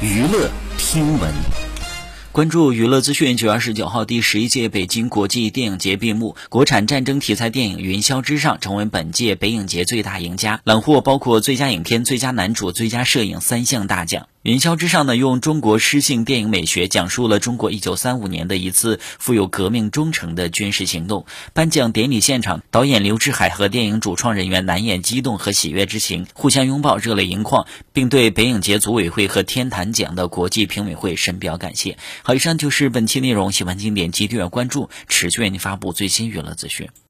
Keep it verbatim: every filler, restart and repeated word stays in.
娱乐听闻。关注娱乐资讯，九月二十九号，第十一届北京国际电影节闭幕，国产战争题材电影《云霄之上》成为本届北影节最大赢家，揽获包括最佳影片、最佳男主、最佳摄影三项大奖。《云霄之上》呢，用中国诗性电影美学讲述了中国一九三五年的一次富有革命忠诚的军事行动。颁奖典礼现场，导演刘志海和电影主创人员难掩激动和喜悦之情，互相拥抱，热泪盈眶，并对北影节组委会和天坛奖的国际评委会深表感谢。好，以上就是本期内容，喜欢请点击订阅关注，持续为您发布最新娱乐资讯。